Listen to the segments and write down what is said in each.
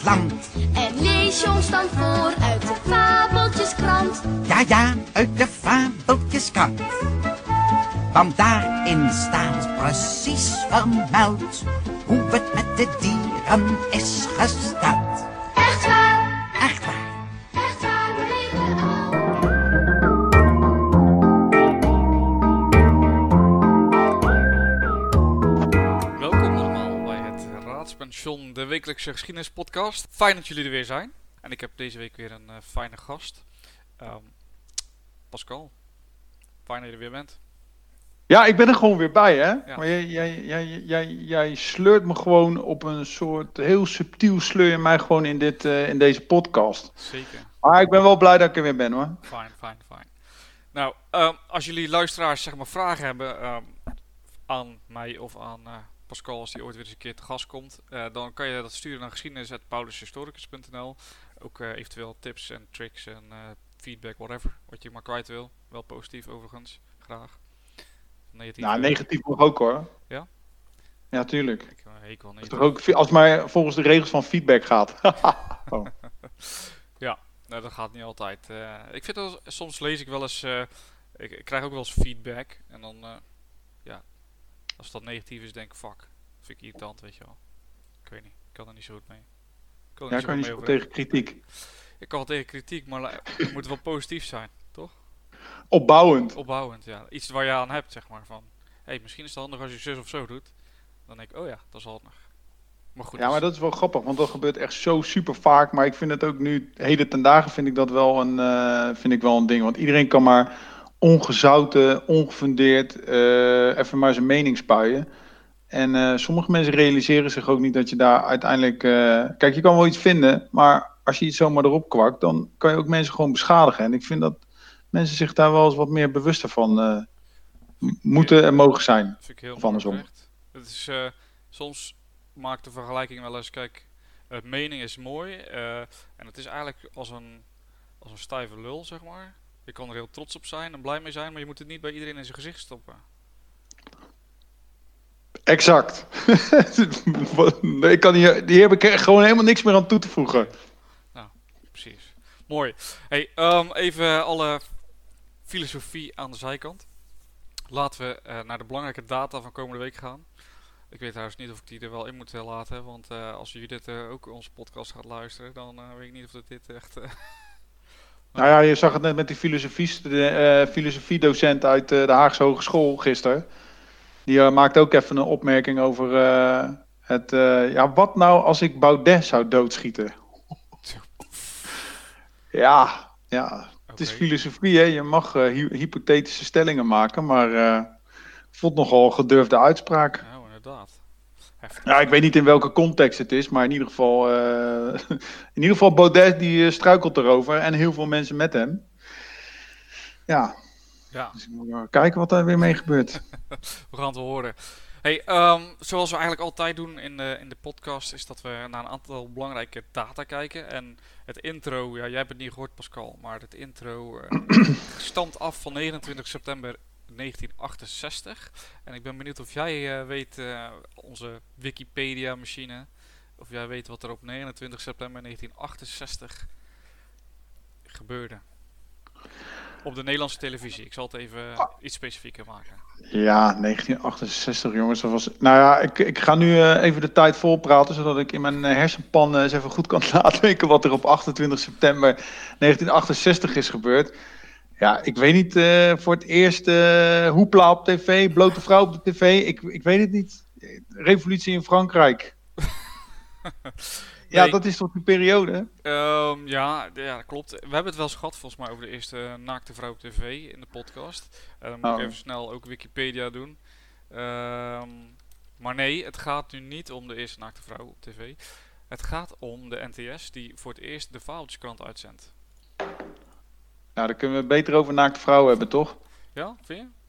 land. En lees je ons dan voor uit de Fabeltjeskrant. Ja, uit de Fabeltjeskrant. Want daarin staat precies vermeld hoe het met de dieren is gesteld. Echt waar, Echt waar. echt waar, we weten al. Welkom allemaal bij het Raadspension, de wekelijkse geschiedenispodcast. Fijn dat jullie er weer zijn. En ik heb deze week weer een fijne gast. Pascal, fijn dat je er weer bent. Ja, ik ben er gewoon weer bij, hè? Ja. Maar jij sleurt me gewoon op een soort heel subtiel sleur je mij gewoon in deze podcast. Zeker. Maar ik ben wel blij dat ik er weer ben, hoor. Fijn. Nou, als jullie luisteraars zeg maar vragen hebben aan mij of aan Pascal als die ooit weer eens een keer te gast komt, dan kan je dat sturen naar geschiedenis@paulushistoricus.nl. Ook eventueel tips en tricks en feedback, whatever, wat je maar kwijt wil. Wel positief overigens, graag. Negatief, Nou, negatief mag ook, hoor. Ja? Ja, tuurlijk. Ik heb een hekel aan Dat is negatief. toch ook, als het maar volgens de regels van feedback gaat. Oh. Ja, nou, dat gaat niet altijd. Ik vind dat soms lees ik wel eens, ik krijg ook wel eens feedback en dan, ja, als dat negatief is, denk ik, fuck, vind ik irritant, weet je wel. Ik weet niet, ik kan er niet zo goed mee. Ja, kan je niet zo goed tegen kritiek. Ik kan wel tegen kritiek, maar het moet wel positief zijn, toch? Opbouwend. Opbouwend, ja. Iets waar je aan hebt, zeg maar, van, hey, misschien is het handig als je zus of zo doet. Dan denk ik, oh ja, dat is handig. Maar goed. Ja, maar dat is wel grappig, want dat gebeurt echt zo super vaak. Maar ik vind het ook nu, heden ten dagen vind ik dat wel een ding. Want iedereen kan maar ongezouten, ongefundeerd even maar zijn mening spuien. En sommige mensen realiseren zich ook niet dat je daar uiteindelijk... kijk, je kan wel iets vinden, maar als je iets zomaar erop kwakt, dan kan je ook mensen gewoon beschadigen. En ik vind dat mensen zich daar wel eens wat meer bewuster van moeten en mogen zijn. Vind ik heel Of mooi andersom. gezegd. Het is, soms maakt de vergelijking wel eens, kijk, mening is mooi en het is eigenlijk als een stijve lul, zeg maar. Je kan er heel trots op zijn en blij mee zijn, maar je moet het niet bij iedereen in zijn gezicht stoppen. Exact. Hier heb ik echt gewoon helemaal niks meer aan toe te voegen. Precies. Mooi. Hey, even alle filosofie aan de zijkant. Laten we naar de belangrijke data van komende week gaan. Ik weet trouwens niet of ik die er wel in moet laten, want als Judith ook onze podcast gaat luisteren, dan weet ik niet of dat dit echt... Nou ja, je zag het net met die filosofiedocent uit de Haagse Hogeschool gisteren. Die maakte ook even een opmerking over wat nou als ik Baudet zou doodschieten? Ja, het is Oké. filosofie, hè. Je mag hypothetische stellingen maken, maar ik vond nogal gedurfde uitspraak. Nou, inderdaad. Heftig. Ja, ik weet niet in welke context het is, maar in ieder geval Baudet die struikelt erover en heel veel mensen met hem. Ja, Ja. dus ik moet maar kijken wat daar weer mee gebeurt. We gaan het wel horen. Hey, zoals we eigenlijk altijd doen in de podcast, is dat we naar een aantal belangrijke data kijken. En het intro, ja, jij hebt het niet gehoord, Pascal, maar het intro stamt af van 29 september 1968. En ik ben benieuwd of jij weet, onze Wikipedia-machine, of jij weet wat er op 29 september 1968 gebeurde. Op de Nederlandse televisie. Ik zal het even iets specifieker maken. Ja, 1968 jongens, dat was... Nou ja, ik ga nu even de tijd volpraten, zodat ik in mijn hersenpan eens even goed kan nadenken wat er op 28 september 1968 is gebeurd. Ja, ik weet niet, voor het eerst hoepla op tv, blote vrouw op de tv, ik weet het niet. Revolutie in Frankrijk. Ja, Nee. dat is toch die periode? Ja, dat klopt. We hebben het wel eens gehad volgens mij over de eerste naakte vrouw op tv in de podcast. Dan moet ik even snel ook Wikipedia doen. Maar nee, het gaat nu niet om de eerste naakte vrouw op tv. Het gaat om de NTS die voor het eerst de Fabeltjeskrant uitzendt. Nou, daar kunnen we het beter over naakte vrouwen hebben, toch? Ja, vind je?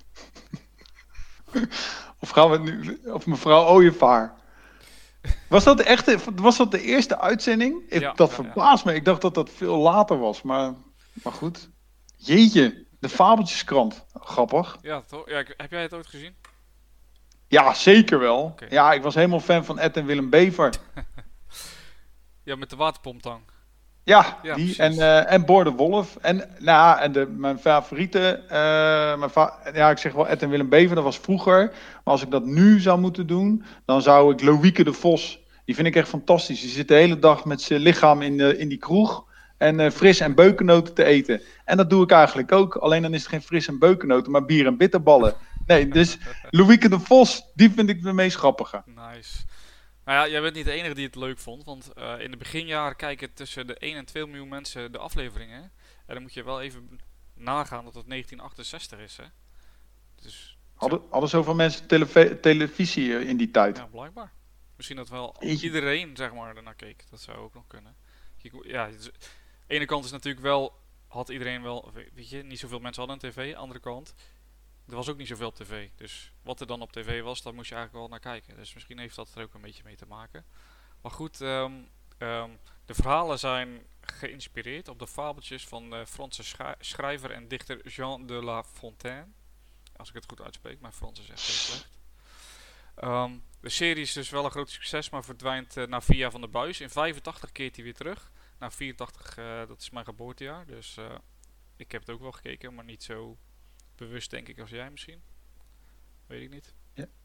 Of gaan we het nu... Of mevrouw Ooyevaar. Was dat de eerste uitzending? Ja, Dat ja, verbaast me. Ik dacht dat dat veel later was. Maar goed. Jeetje. De Fabeltjeskrant. Grappig. Ja, toch? Ja, heb jij het ooit gezien? Ja, zeker wel. Oké. Ja, ik was helemaal fan van Ed en Willem Bever. Ja, met de waterpomptang. Ja, Ja, die precies. en Boor de Wolf. Mijn favoriete, ik zeg wel Ed en Willem Bever, dat was vroeger. Maar als ik dat nu zou moeten doen, dan zou ik Loïeke de Vos. Die vind ik echt fantastisch. Die zit de hele dag met zijn lichaam in die kroeg. En fris en beukennoten te eten. En dat doe ik eigenlijk ook. Alleen dan is het geen fris en beukennoten, maar bier en bitterballen. Nee, dus Loïeke de Vos, die vind ik de meest grappige. Nice. Nou ja, jij bent niet de enige die het leuk vond, want in de beginjaren kijken tussen de 1 en 2 miljoen mensen de afleveringen. En dan moet je wel even nagaan dat het 1968 is, hè. Dus, Hadden zoveel mensen televisie in die tijd? ja, blijkbaar. Misschien dat wel Jeetje. iedereen, zeg maar, ernaar keek. Dat zou ook nog kunnen. Ja, dus, de ene kant is natuurlijk wel, had iedereen wel, weet je, niet zoveel mensen hadden een tv. Andere kant, er was ook niet zoveel op tv. Dus wat er dan op tv was, daar moest je eigenlijk wel naar kijken. Dus misschien heeft dat er ook een beetje mee te maken. Maar goed, de verhalen zijn geïnspireerd op de fabeltjes van de Franse schrijver en dichter Jean de La Fontaine. Als ik het goed uitspreek, mijn Frans is echt heel slecht. De serie is dus wel een groot succes, maar verdwijnt na 4 jaar van de buis. In 85 keert hij weer terug. Na 84, dat is mijn geboortejaar. Dus ik heb het ook wel gekeken, maar niet zo bewust denk ik als jij misschien. Weet ik niet.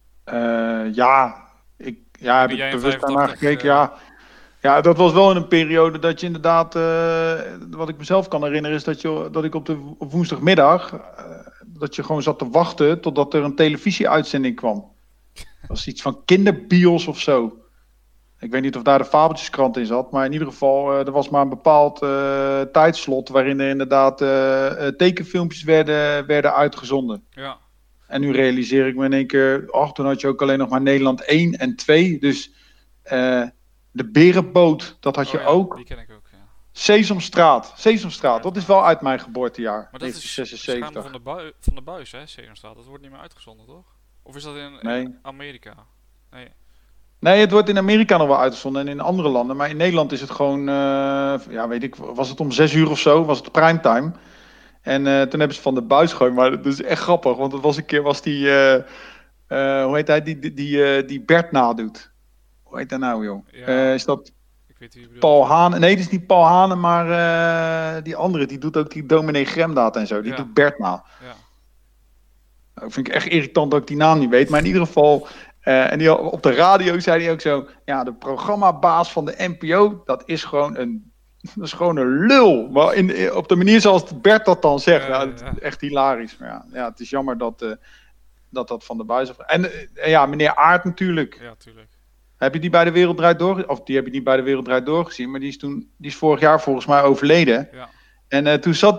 Heb jij ik in bewust daarnaar 85, gekeken, ja. Ja, dat was wel in een periode dat je inderdaad, wat ik mezelf kan herinneren, is dat ik op woensdagmiddag, dat je gewoon zat te wachten totdat er een televisieuitzending kwam. Dat was iets van kinderbios of zo. Ik weet niet of daar de Fabeltjeskrant in zat, maar in ieder geval, er was maar een bepaald tijdslot waarin er inderdaad tekenfilmpjes werden uitgezonden. Ja. En nu realiseer ik me in één keer, toen had je ook alleen nog maar Nederland 1 en 2, dus de Berenboot, dat had je ja, ook. Die ken ik ook, ja. Sesamstraat, dat is wel uit mijn geboortejaar, Maar dat is 1976. schijnbaar van de buis, hè, Sesamstraat. Dat wordt niet meer uitgezonden, toch? Of is dat in Nee. Amerika? Nee. Nee, het wordt in Amerika nog wel uitgezonden en in andere landen. Maar in Nederland is het gewoon, was het om 6 uur of zo, was het primetime. En toen hebben ze van de buis gegooid, maar dat is echt grappig. Want het was een keer, hoe heet hij, die Bert nadoet. Hoe heet dat nou, joh? Ja, Is dat ik weet wie je bedoelt. Paul Hane? Nee, het is niet Paul Hane, maar die andere. Die doet ook die dominee Gremdaad en zo. Die Ja. doet Bert na. Ja. Nou, vind ik echt irritant dat ik die naam niet weet. Maar in ieder geval, op de radio zei hij ook zo, ja, de programmabaas van de NPO, dat is gewoon een lul. Maar op de manier zoals Bert dat dan zegt, het is echt hilarisch. Maar ja, het is jammer dat van de buis af. En meneer Aert natuurlijk. Ja, tuurlijk. Heb je die bij de Wereld Draait Door? Of die heb je niet bij de Wereld Draait Door gezien, maar die is vorig jaar volgens mij overleden. Ja. En toen zat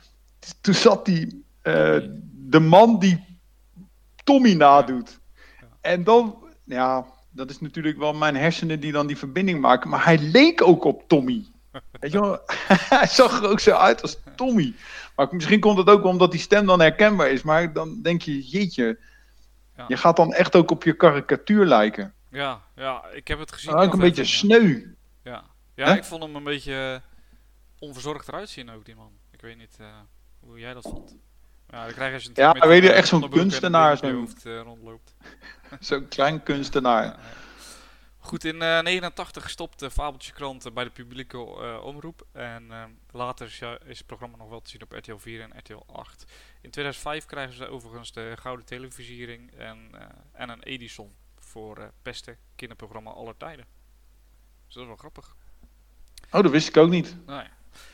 de man die Tommy nadoet. Ja. En dan, ja, dat is natuurlijk wel mijn hersenen die dan die verbinding maken. Maar hij leek ook op Tommy. Weet je wel? Hij zag er ook zo uit als Tommy. Maar misschien komt het ook wel omdat die stem dan herkenbaar is. Maar dan denk je, jeetje, je gaat dan echt ook op je karikatuur lijken. Ja, ik heb het gezien. Ook een beetje sneu. Ja, ik vond hem een beetje onverzorgd eruit zien ook, die man. Ik weet niet hoe jij dat vond. Ja, dan krijg je ja, weet je, echt zo'n kunstenaar. Rondloopt. Zo'n klein kunstenaar. Ja. Goed, in 1989 stopte Fabeltjeskrant bij de publieke omroep. En later is het programma nog wel te zien op RTL 4 en RTL 8. In 2005 krijgen ze overigens de Gouden Televisiering en een Edison voor beste kinderprogramma aller tijden. Dus dat is wel grappig. Oh, dat wist ik ook niet. Nee.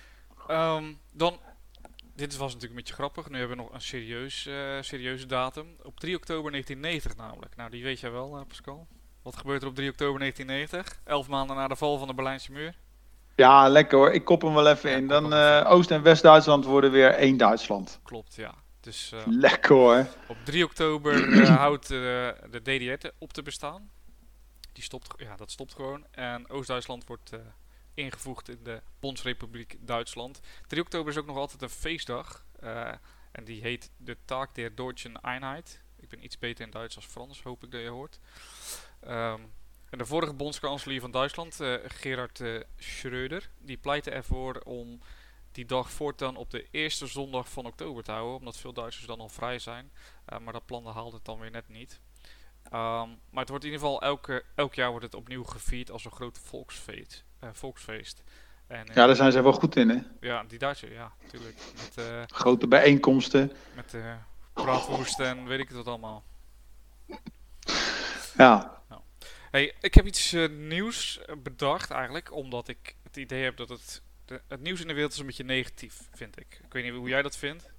Dit was natuurlijk een beetje grappig. Nu hebben we nog een serieuze datum. Op 3 oktober 1990 namelijk. Nou, die weet jij wel, Pascal. Wat gebeurt er op 3 oktober 1990? 11 maanden na de val van de Berlijnse muur. Ja, lekker hoor. Ik kop hem wel even in. Dan Oost- en West-Duitsland worden weer één Duitsland. Klopt, ja. Dus, lekker hoor. Op 3 oktober houdt de DDR op te bestaan. Dat stopt gewoon. En Oost-Duitsland wordt ingevoegd in de Bondsrepubliek Duitsland. 3 oktober is ook nog altijd een feestdag. En die heet de Tag der Deutschen Einheit. Ik ben iets beter in Duits als Frans, hoop ik dat je hoort. En de vorige bondskanselier van Duitsland, Gerhard Schröder, die pleitte ervoor om die dag voortaan op de eerste zondag van oktober te houden. Omdat veel Duitsers dan al vrij zijn. Maar dat plan haalde het dan weer net niet. Maar het wordt in ieder geval elk jaar wordt het opnieuw gevierd als een groot volksfeest. En Ja, daar zijn ze wel goed in, hè? ja, die Duitsers, ja, natuurlijk. Grote bijeenkomsten. Met braadwoest en weet ik het wat allemaal. Ja. Nou. Hey, ik heb iets nieuws bedacht eigenlijk, omdat ik het idee heb dat het nieuws in de wereld is een beetje negatief, vind ik. Ik weet niet hoe jij dat vindt.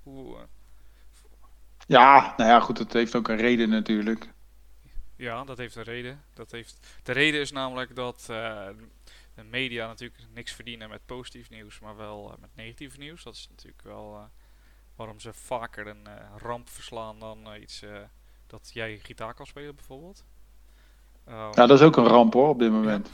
Ja, nou ja, goed, het heeft ook een reden natuurlijk. Ja, dat heeft een reden. De reden is namelijk dat de media natuurlijk niks verdienen met positief nieuws, maar wel met negatief nieuws. Dat is natuurlijk wel waarom ze vaker een ramp verslaan dan iets dat jij gitaar kan spelen bijvoorbeeld. Ja, dat is ook een ramp hoor, op dit moment.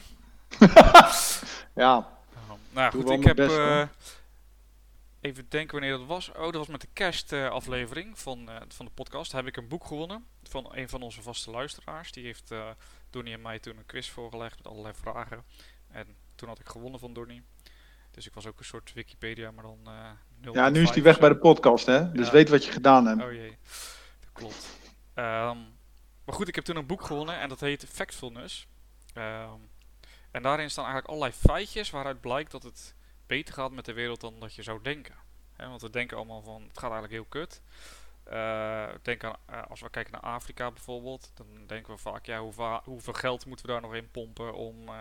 Ja. Nou Doe goed, wel ik mijn heb best, hoor. even denken wanneer dat was. Oh, dat was met de kerstaflevering van de podcast. Heb ik een boek gewonnen van een van onze vaste luisteraars. Die heeft Donnie en mij toen een quiz voorgelegd met allerlei vragen. En toen had ik gewonnen van Donnie. Dus ik was ook een soort Wikipedia, maar dan 0 Ja, tot nu is 5 die weg of bij zo. de podcast, hè? Dus Ja. weet wat je gedaan hebt. Oh jee, dat klopt. Maar goed, ik heb toen een boek gewonnen en dat heet Factfulness. En daarin staan eigenlijk allerlei feitjes waaruit blijkt dat het beter gaat met de wereld dan dat je zou denken. Want we denken allemaal van, het gaat eigenlijk heel kut. Denk aan, als we kijken naar Afrika bijvoorbeeld, dan denken we vaak, ja, hoeveel geld moeten we daar nog in pompen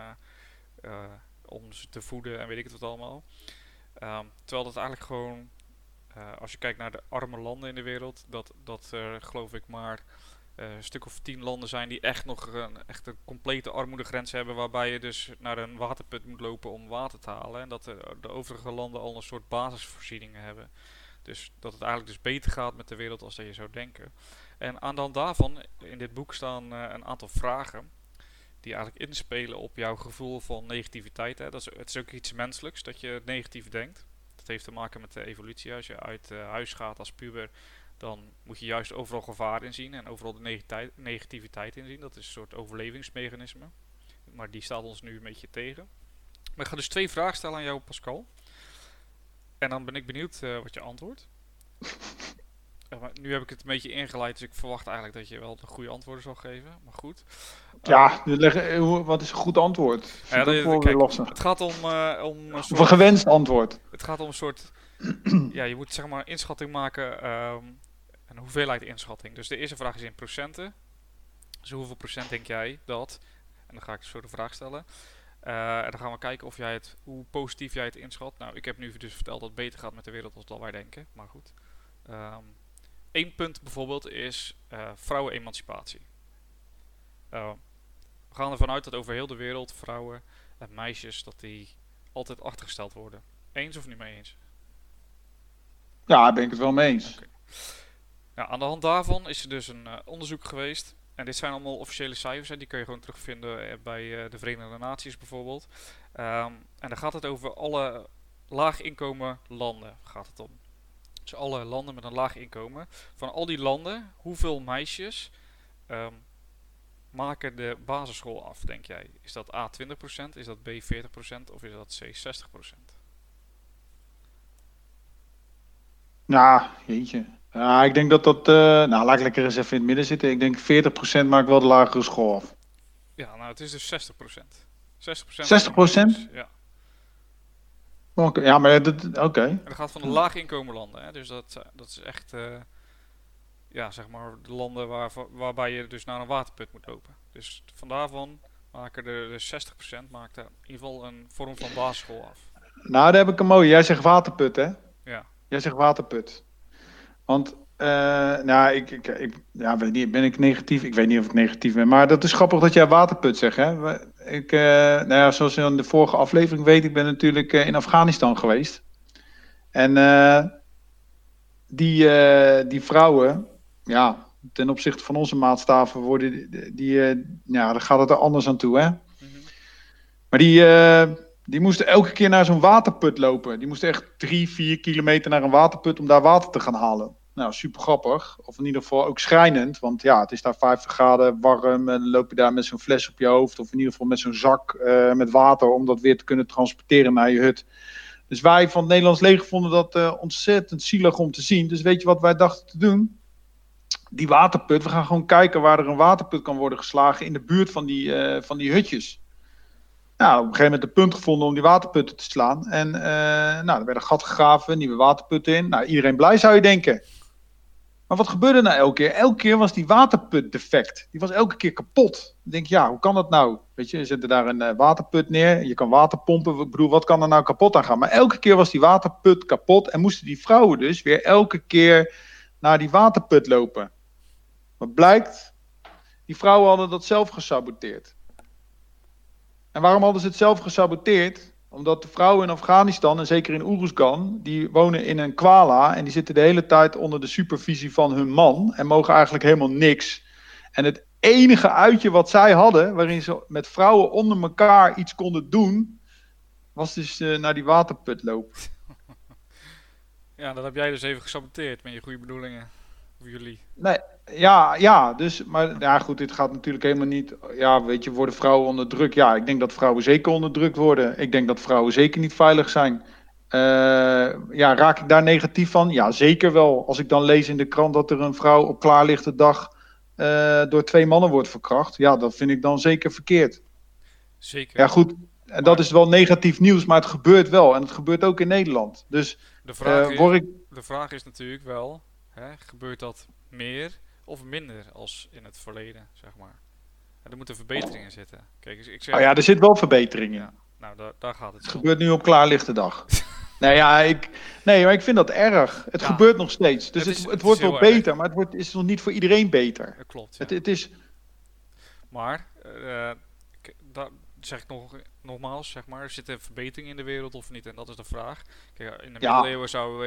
om ze te voeden en weet ik het wat allemaal. Terwijl dat eigenlijk gewoon, als je kijkt naar de arme landen in de wereld, dat er geloof ik maar een stuk of 10 landen zijn die echt nog echt een complete armoedegrens hebben, waarbij je dus naar een waterput moet lopen om water te halen. En dat de overige landen al een soort basisvoorzieningen hebben. Dus dat het eigenlijk dus beter gaat met de wereld als dat je zou denken. En aan de hand daarvan, in dit boek staan een aantal vragen die eigenlijk inspelen op jouw gevoel van negativiteit. Hè. Het is ook iets menselijks dat je negatief denkt. Dat heeft te maken met de evolutie. Als je uit huis gaat als puber, dan moet je juist overal gevaar inzien en overal de negativiteit inzien. Dat is een soort overlevingsmechanisme. Maar die staat ons nu een beetje tegen. Maar ik ga dus 2 vragen stellen aan jou, Pascal. En dan ben ik benieuwd wat je antwoordt. Maar nu heb ik het een beetje ingeleid, dus ik verwacht eigenlijk dat je wel de goede antwoorden zal geven. Maar goed. Ja, wat is een goed antwoord? Ja, Weer lastig. het gaat om een Of een gewenst antwoord. Het gaat om een soort... ja, je moet zeg maar een inschatting maken. Een hoeveelheid inschatting. Dus de eerste vraag is in procenten. Dus hoeveel procent denk jij dat? En dan ga ik zo de vraag stellen. En dan gaan we kijken hoe positief jij het inschat. Nou, ik heb nu dus verteld dat het beter gaat met de wereld dan dat wij denken. Maar goed. 1 punt bijvoorbeeld is vrouwenemancipatie. We gaan ervan uit dat over heel de wereld vrouwen en meisjes dat die altijd achtergesteld worden. Eens of niet mee eens? Ja, daar ben ik het wel mee eens. Okay. Nou, aan de hand daarvan is er dus een onderzoek geweest. En dit zijn allemaal officiële cijfers. Hè. Die kun je gewoon terugvinden bij de Verenigde Naties bijvoorbeeld. En dan gaat het over alle laag inkomen landen. Gaat het om. Dus alle landen met een laag inkomen. Van al die landen, hoeveel meisjes maken de basisschool af, denk jij? Is dat A 20%, is dat B 40% of is dat C 60%? Nou, jeetje. Ja, ik denk dat nou, laat ik lekker eens even in het midden zitten. Ik denk 40% maakt wel de lagere school af. Ja, nou het is dus 60%. 60%? Ja. Ja, maar oké. En dat gaat van de laag inkomen landen. Hè? Dus dat is echt, ja, zeg maar de landen waarbij je dus naar een waterput moet lopen. Dus vandaarvan maken de 60% maakt in ieder geval een vorm van basisschool af. Nou, daar heb ik een mooie. Jij zegt waterput, hè? Ja. Jij zegt waterput. Want, nou, ja, weet niet, ben ik negatief? Ik weet niet of ik negatief ben. Maar dat is grappig dat jij waterput zegt, hè? Nou ja, zoals je in de vorige aflevering weet, ik ben natuurlijk in Afghanistan geweest. En die vrouwen, ja, ten opzichte van onze maatstaven worden ja, dan gaat het er anders aan toe, hè? Mm-hmm. Maar die moesten elke keer naar zo'n waterput lopen. Die moesten echt 3-4 kilometer naar een waterput om daar water te gaan halen. Nou, super grappig. Of in ieder geval ook schrijnend. Want ja, het is daar 50 graden warm. En dan loop je daar met zo'n fles op je hoofd. Of in ieder geval met zo'n zak met water. Om dat weer te kunnen transporteren naar je hut. Dus wij van het Nederlands leger vonden dat ontzettend zielig om te zien. Dus weet je wat wij dachten te doen? die waterput, we gaan gewoon kijken waar er een waterput kan worden geslagen in de buurt van die hutjes. Nou, op een gegeven moment een punt gevonden om die waterputten te slaan. En nou, er werd een gat gegraven, nieuwe waterputten in. Nou, iedereen blij zou je denken. Maar wat gebeurde nou elke keer? Elke keer was die waterput defect. Die was elke keer kapot. Dan denk je, ja, hoe kan dat nou? Weet je zet er daar een waterput neer. Je kan water pompen. Ik bedoel, wat kan er nou kapot aan gaan? Maar elke keer was die waterput kapot. En moesten die vrouwen dus weer elke keer naar die waterput lopen. Wat blijkt? Die vrouwen hadden dat zelf gesaboteerd. En waarom hadden ze het zelf gesaboteerd? Omdat de vrouwen in Afghanistan, en zeker in Uruzgan, die wonen in een kwala en die zitten de hele tijd onder de supervisie van hun man en mogen eigenlijk helemaal niks. En het enige uitje wat zij hadden, waarin ze met vrouwen onder elkaar iets konden doen, was dus naar die waterput lopen. Ja, dat heb jij dus even gesaboteerd met je goede bedoelingen. Of jullie. Nee, dus, maar ja goed, dit gaat natuurlijk helemaal niet, ja weet je, worden vrouwen onder druk? Ja, ik denk dat vrouwen zeker onder druk worden. Ik denk dat vrouwen zeker niet veilig zijn. Ja, raak ik daar negatief van? Ja, zeker wel. Als ik dan lees in de krant dat er een vrouw op klaarlichte dag door 2 mannen wordt verkracht, ja, dat vind ik dan zeker verkeerd. Zeker. Ja goed, en dat is wel negatief nieuws, maar het gebeurt wel. En het gebeurt ook in Nederland. Dus de vraag is natuurlijk wel, gebeurt dat meer of minder als in het verleden, zeg maar? En er moeten verbeteringen zitten. Kijk, ik zeg... Oh ja, er zit wel verbetering in. Ja, nou, daar gaat het. Het gebeurt nu op klaarlichte dag. Nee, maar ik vind dat erg. Het gebeurt nog steeds. Dus het wordt wel beter, maar het is nog niet voor iedereen beter. Dat klopt, ja. Het is... Maar, dat zeg ik nogmaals, zeg maar, zit er verbetering in de wereld of niet? En dat is de vraag. Kijk, in de middeleeuwen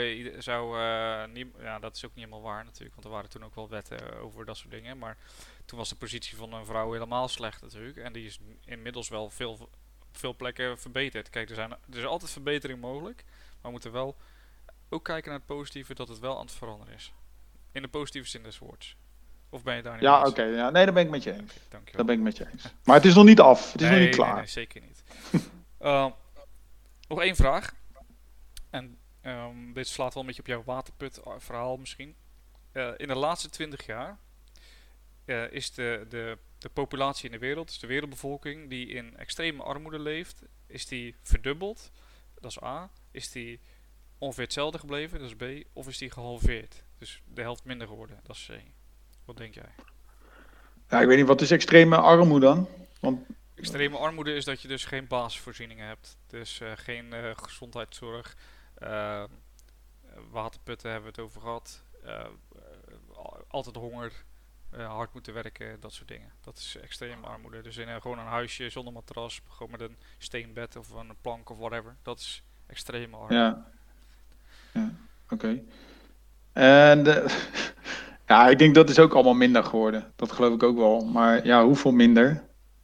dat is ook niet helemaal waar natuurlijk, want er waren toen ook wel wetten over dat soort dingen. Maar toen was de positie van een vrouw helemaal slecht natuurlijk. En die is inmiddels wel veel plekken verbeterd. Kijk, er is altijd verbetering mogelijk, maar we moeten wel ook kijken naar het positieve, dat het wel aan het veranderen is. In de positieve zin des woords. Of ben je daar niet mee eens? Ja, nee, daar ben ik met je eens. Daar ben ik met je eens. Maar het is nog niet af. Het is nog niet klaar. Nee, zeker niet. Nog 1 vraag. En dit slaat wel een beetje op jouw waterput verhaal misschien. In de laatste 20 jaar is de populatie in de wereld, dus de wereldbevolking die in extreme armoede leeft, is die verdubbeld. Dat is A. Is die ongeveer hetzelfde gebleven, dat is B. Of is die gehalveerd? Dus de helft minder geworden, dat is C. Wat denk jij? Ja, ik weet niet, wat is extreme armoede dan? Want... Extreme armoede is dat je dus geen basisvoorzieningen hebt. Dus geen gezondheidszorg. Waterputten hebben we het over gehad. Altijd honger. Hard moeten werken. Dat soort dingen. Dat is extreme armoede. Dus gewoon een huisje zonder matras. Gewoon met een steenbed of een plank of whatever. Dat is extreme armoede. Ja, oké. En... Ja, ik denk dat is ook allemaal minder geworden. Dat geloof ik ook wel. Maar ja, hoeveel minder?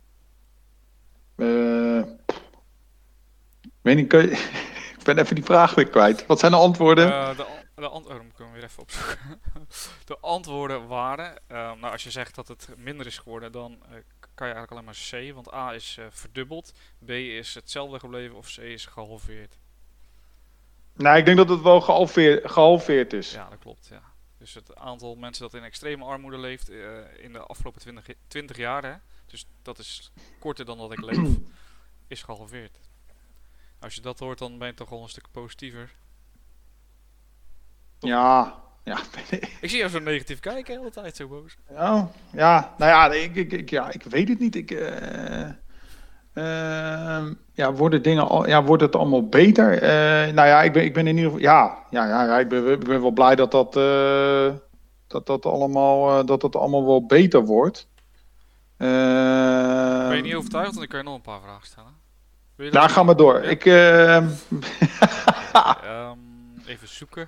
Weet niet, ik ben even die vraag weer kwijt. Wat zijn de antwoorden? De antwoorden moet ik hem weer even opzoeken. De antwoorden waren, nou als je zegt dat het minder is geworden, dan kan je eigenlijk alleen maar C. Want A is verdubbeld, B is hetzelfde gebleven of C is gehalveerd. Nou, ik denk dat het wel gehalveerd is. Ja, dat klopt, ja. Dus het aantal mensen dat in extreme armoede leeft in de afgelopen 20 jaar, hè, dus dat is korter dan dat ik leef, is gehalveerd. Als je dat hoort, dan ben je toch wel een stuk positiever. Toch? Ja. Ik zie jou zo negatief kijken de hele tijd, zo boos. Ja, nou ja, ik weet het niet. Wordt het allemaal beter? Nou ja, ik ben in ieder geval... ik ben wel blij dat dat allemaal wel beter wordt. Ben je niet overtuigd? Want ik kan je nog een paar vragen stellen. Nou, ga maar door. Ja? Even zoeken.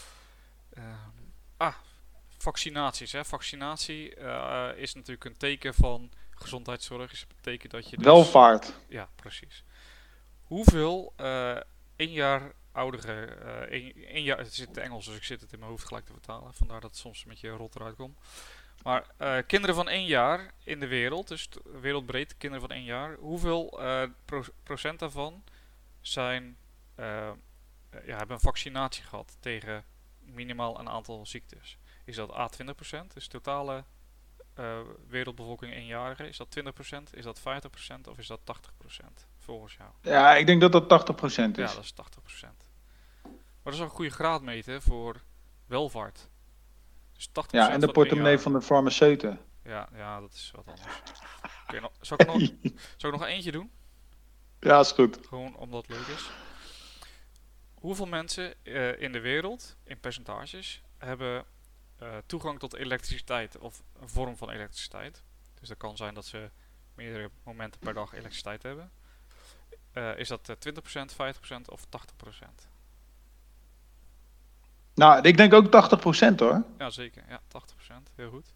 Vaccinaties. Hè. Vaccinatie is natuurlijk een teken van... Gezondheidszorg is betekent dat je dus... Welvaart. Ja, precies. Hoeveel 1 jaar ouderen... 1 jaar, het zit in het Engels, dus ik zit het in mijn hoofd gelijk te vertalen. Vandaar dat het soms een beetje rot eruit komt. Maar kinderen van 1 jaar in de wereld, dus wereldbreed kinderen van 1 jaar... Hoeveel procent daarvan zijn, hebben een vaccinatie gehad tegen minimaal een aantal ziektes? is dat A 20%, dus totale wereldbevolking eenjarigen. Is dat 20%, is dat 50% of is dat 80% volgens jou? Ja, ik denk dat dat 80% Ja, is. dat is 80%. Maar dat is wel een goede graadmeter voor welvaart. Dus 80% Ja, en de van portemonnee van de farmaceuten. Ja, dat is wat anders. Zal ik nog eentje doen? Ja, is goed. Gewoon omdat het leuk is. Hoeveel mensen in de wereld, in percentages, hebben toegang tot elektriciteit of een vorm van elektriciteit? Dus dat kan zijn dat ze meerdere momenten per dag elektriciteit hebben. Is dat 20%, 50% of 80%? Nou, ik denk ook 80% hoor. Ja, zeker. Ja, 80%. Heel goed.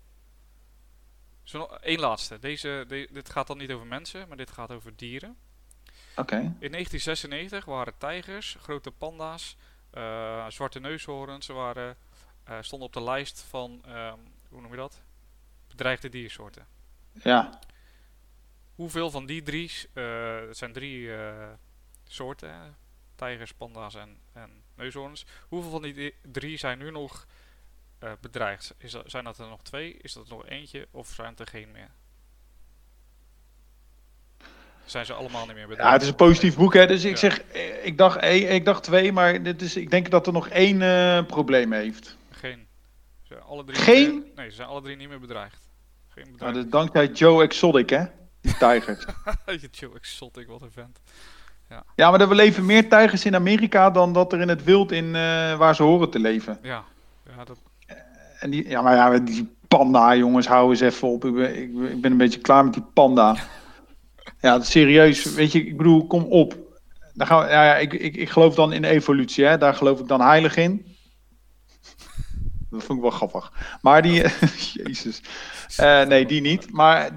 Eén laatste. Dit gaat dan niet over mensen, maar dit gaat over dieren. Oké. In 1996 waren tijgers, grote panda's, zwarte neushoorns, stonden op de lijst van, hoe noem je dat? Bedreigde diersoorten. Ja. Hoeveel van die drie, het zijn 3 soorten, tijgers, panda's en neushoorns. Hoeveel van die 3 zijn nu nog bedreigd? Zijn dat er nog 2? Is dat er nog eentje? Of zijn het er geen meer? Zijn ze allemaal niet meer bedreigd? Ja, het is een positief boek, hè. Dus ik Ja. zeg, ik dacht 2, maar ik denk dat er nog 1 probleem heeft. Geen. Ze zijn alle 3 Geen? Nee, ze zijn alle 3 niet meer bedreigd. Geen Nou, bedreigd. dat is dankzij Joe Exotic, hè. Die tijgers. Joe Exotic, wat een vent. Ja, maar er leven meer tijgers in Amerika dan dat er in het wild waar ze horen te leven. Ja, dat... En die panda, jongens, hou eens even op. Ik ben een beetje klaar met die panda. Ja, serieus, weet je, ik bedoel, kom op. Dan gaan we, ik geloof dan in evolutie, hè. Daar geloof ik dan heilig in. Dat vond ik wel grappig. Maar die... Jezus. Nee, die niet. Maar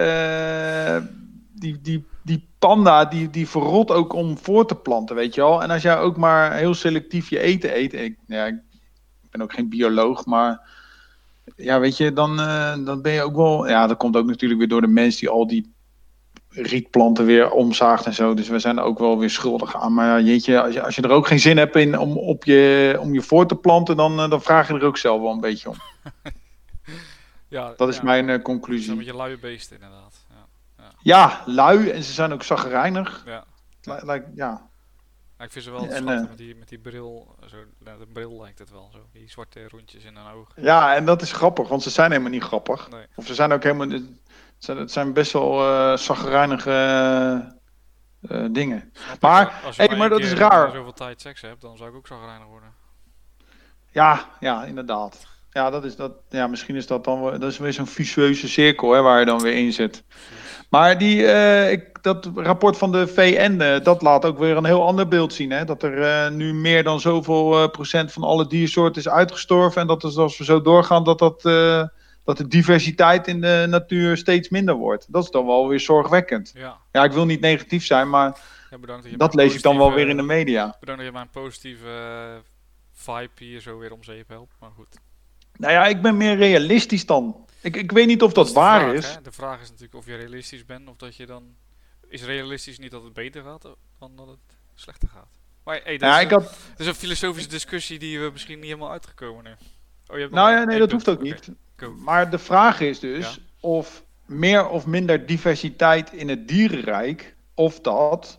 die panda, die verrot ook om voor te planten, weet je wel. En als jij ook maar heel selectief je eten eet... Ik ben ook geen bioloog, maar... Ja, weet je, dan ben je ook wel... Ja, dat komt ook natuurlijk weer door de mens die al die rietplanten weer omzaagt en zo. Dus we zijn er ook wel weer schuldig aan. Maar ja, jeetje, als je er ook geen zin hebt in om je voor te planten... dan vraag je er ook zelf wel een beetje om. Ja, dat is mijn Het conclusie. zijn een beetje luie beesten, inderdaad. Ja, lui en ze zijn ook chagrijnig. Ja. Ja. Ik vind ze wel schattig met die bril. De bril lijkt het wel zo. Die zwarte rondjes in hun ogen. Ja, en dat is grappig, want ze zijn helemaal niet grappig. Nee. Of ze zijn ook helemaal... Het zijn best wel chagrijnige dingen. Maar, maar dat is raar. Als je zoveel tijd seks hebt, dan zou ik ook chagrijnig worden. Ja, inderdaad. Ja, misschien is dat dan dat is weer zo'n vicieuze cirkel, hè, waar je dan weer in zit. Maar dat rapport van de VN, dat laat ook weer een heel ander beeld zien. Hè? Dat er nu meer dan zoveel procent van alle diersoorten is uitgestorven. En dat als we zo doorgaan, dat de diversiteit in de natuur steeds minder wordt. Dat is dan wel weer zorgwekkend. Ja, ik wil niet negatief zijn, maar dat lees ik dan wel weer in de media. Bedankt dat je mijn positieve vibe hier zo weer om zeep helpt. Maar goed. Nou ja, ik ben meer realistisch dan. Ik weet niet of dat waar is. Hè? De vraag is natuurlijk of je realistisch bent of dat je dan... Is realistisch niet dat het beter gaat dan dat het slechter gaat? Maar hey, dat is een filosofische discussie die we misschien niet helemaal uitgekomen nu. Dat hoeft ook niet. Maar de vraag is dus of meer of minder diversiteit in het dierenrijk, of dat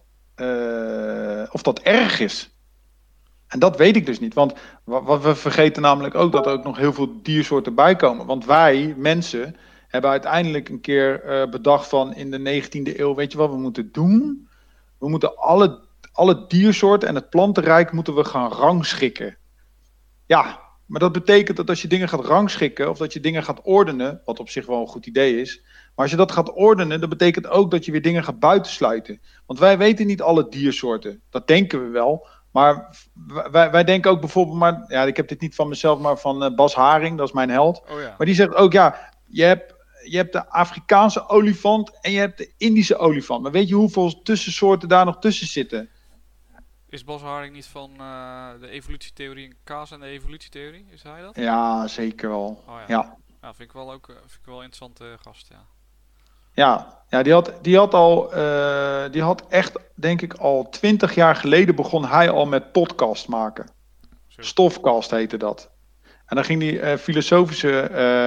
erg is. En dat weet ik dus niet, want we vergeten namelijk ook dat er ook nog heel veel diersoorten bij komen. Want wij, mensen, hebben uiteindelijk een keer bedacht van in de 19e eeuw, weet je wat we moeten doen? We moeten alle diersoorten en het plantenrijk moeten we gaan rangschikken. Ja, maar dat betekent dat als je dingen gaat rangschikken of dat je dingen gaat ordenen, wat op zich wel een goed idee is, maar als je dat gaat ordenen, dat betekent ook dat je weer dingen gaat buitensluiten. Want wij weten niet alle diersoorten, dat denken we wel. Maar wij denken ook bijvoorbeeld, maar ja, ik heb dit niet van mezelf, maar van Bas Haring, dat is mijn held. Oh ja. Maar die zegt ook, ja, je hebt de Afrikaanse olifant en je hebt de Indische olifant. Maar weet je hoeveel tussensoorten daar nog tussen zitten? Is Bas Haring niet van de evolutietheorie, Kaas en de evolutietheorie? Is hij dat? Ja, zeker wel. Oh, ja. Ja, vind ik wel een interessante gast, ja. Ja, die had echt, denk ik, al 20 jaar geleden begon hij al met podcast maken. Stofcast heette dat. En dan ging hij filosofische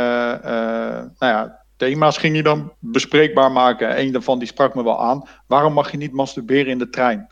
thema's ging hij dan bespreekbaar maken. Eén daarvan die sprak me wel aan. Waarom mag je niet masturberen in de trein?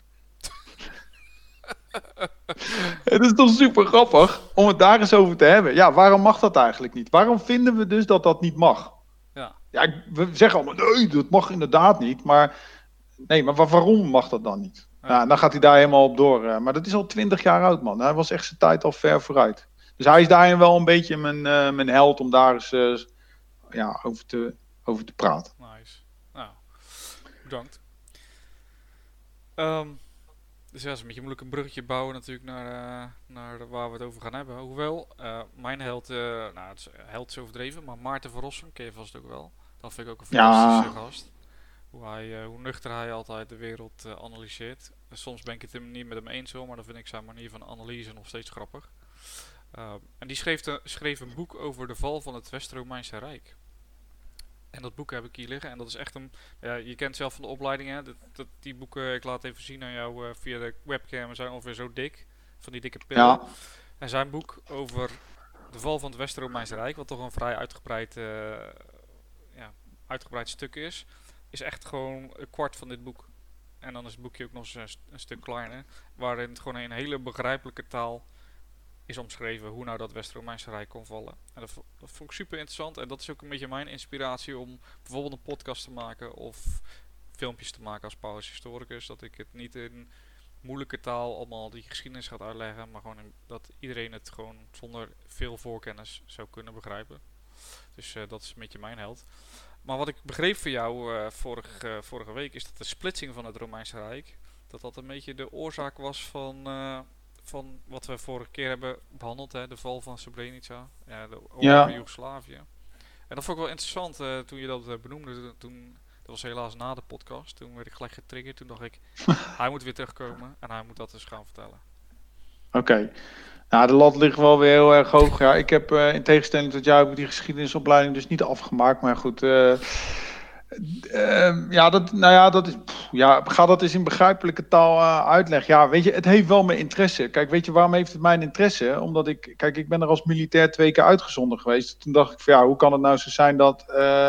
Het is toch super grappig om het daar eens over te hebben. Ja, waarom mag dat eigenlijk niet? Waarom vinden we dus dat dat niet mag? Ja, we zeggen allemaal, nee, dat mag inderdaad niet. Maar waarom mag dat dan niet? Ja, dan gaat hij daar helemaal op door. Maar dat is al 20 jaar oud, man. Hij was echt zijn tijd al ver vooruit. Dus hij is daarin wel een beetje mijn held om daar eens over te praten. Nice. Nou, bedankt. Dus ja, dat is een beetje een moeilijk bruggetje bouwen natuurlijk naar waar we het over gaan hebben. Hoewel, mijn held, het is held is overdreven, maar Maarten van Rossum ken je vast ook wel. Dat vind ik ook een fantastische gast. Hoe nuchter hij altijd de wereld analyseert. Soms ben ik het niet met hem eens hoor, maar dan vind ik zijn manier van analyse nog steeds grappig. En die schreef een boek over de val van het West-Romeinse Rijk. En dat boek heb ik hier liggen. En dat is echt je kent zelf van de opleiding, hè? Die boeken, ik laat even zien aan jou via de webcam, zijn ongeveer zo dik. Van die dikke pillen. Ja. En zijn boek over de val van het West-Romeinse Rijk, wat toch een vrij uitgebreid stuk is echt gewoon een kwart van dit boek. En dan is het boekje ook nog eens een stuk kleiner. Waarin het gewoon in een hele begrijpelijke taal is omschreven hoe nou dat West-Romeinse Rijk kon vallen. En dat vond ik super interessant. En dat is ook een beetje mijn inspiratie om bijvoorbeeld een podcast te maken of filmpjes te maken als Paulus historicus. Dat ik het niet in moeilijke taal allemaal die geschiedenis gaat uitleggen, maar gewoon dat iedereen het gewoon zonder veel voorkennis zou kunnen begrijpen. Dus dat is een beetje mijn held. Maar wat ik begreep van jou vorige week is dat de splitsing van het Romeinse Rijk, dat een beetje de oorzaak was van wat we vorige keer hebben behandeld, hè, de val van Srebrenica, de oorlog in Joegoslavië. En dat vond ik wel interessant toen je dat benoemde. Dat was helaas na de podcast. Toen werd ik gelijk getriggerd. Toen dacht ik, hij moet weer terugkomen en hij moet dat dus gaan vertellen. Oké. Nou, de lat ligt wel weer heel erg hoog. Ja, ik heb in tegenstelling tot jou heb ik die geschiedenisopleiding dus niet afgemaakt. Maar goed, ga dat eens in begrijpelijke taal uitleggen. Ja, weet je, het heeft wel mijn interesse. Kijk, weet je, waarom heeft het mijn interesse? Omdat ik ben er als militair 2 keer uitgezonden geweest. Toen dacht ik van hoe kan het nou zo zijn dat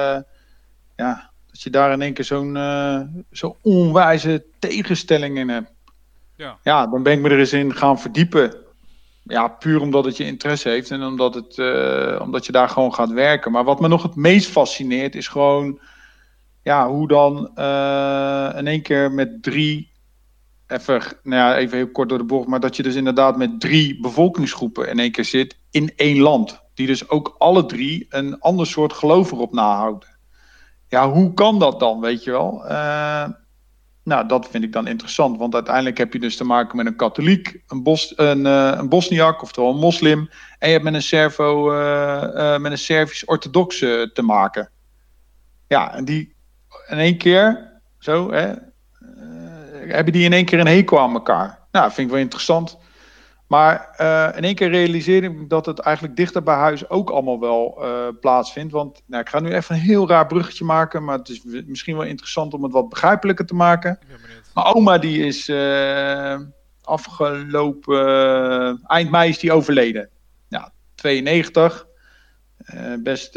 je daar in één keer zo'n onwijze tegenstelling in hebt. Ja, dan ben ik me er eens in gaan verdiepen. Ja, puur omdat het je interesse heeft en omdat je daar gewoon gaat werken. Maar wat me nog het meest fascineert is gewoon hoe dan in één keer met 3, even heel kort door de bocht, maar dat je dus inderdaad met 3 bevolkingsgroepen in één keer zit in één land. Die dus ook alle 3 een ander soort geloof erop nahouden. Ja, hoe kan dat dan, weet je wel? Dat vind ik dan interessant, want uiteindelijk heb je dus te maken met een katholiek, een Bosniak, oftewel een moslim, en je hebt met een Servisch-orthodox te maken. Ja, en die in één keer, hebben die in één keer een hekel aan elkaar. Nou, dat vind ik wel interessant. Maar in één keer realiseerde ik dat het eigenlijk dichter bij huis ook allemaal wel plaatsvindt. Want ik ga nu even een heel raar bruggetje maken, maar het is misschien wel interessant om het wat begrijpelijker te maken. Mijn oma die is afgelopen eind mei is die overleden. Ja, 92. Best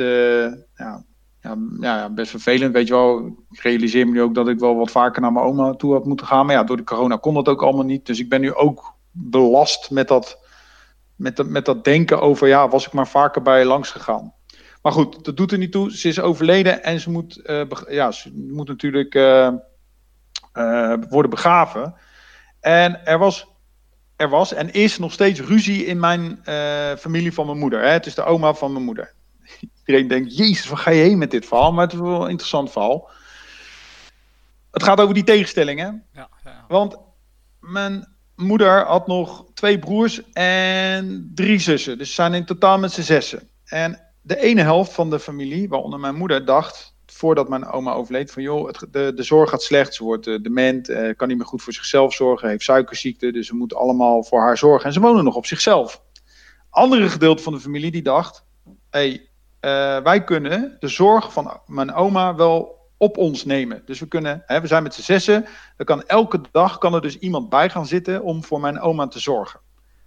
vervelend, weet je wel. Ik realiseer me nu ook dat ik wel wat vaker naar mijn oma toe had moeten gaan. Maar ja, door de corona kon dat ook allemaal niet. Dus ik ben nu ook belast met dat denken over, was ik maar vaker bij je langs gegaan. Maar goed, dat doet er niet toe. Ze is overleden en ze moet natuurlijk worden begraven. En er was en is nog steeds ruzie in mijn familie van mijn moeder. Hè? Het is de oma van mijn moeder. Iedereen denkt, jezus, waar ga je heen met dit verhaal? Maar het is wel een interessant verhaal. Het gaat over die tegenstelling, hè? Ja. Want mijn moeder had nog 2 broers en 3 zussen. Dus ze zijn in totaal met z'n 6. En de ene helft van de familie, waaronder mijn moeder, dacht, voordat mijn oma overleed, van de zorg gaat slecht. Ze wordt dement, kan niet meer goed voor zichzelf zorgen, heeft suikerziekte, dus ze moeten allemaal voor haar zorgen. En ze wonen nog op zichzelf. Andere gedeelte van de familie die dacht, wij kunnen de zorg van mijn oma wel op ons nemen. Dus we zijn met z'n 6. Elke dag kan er dus iemand bij gaan zitten om voor mijn oma te zorgen.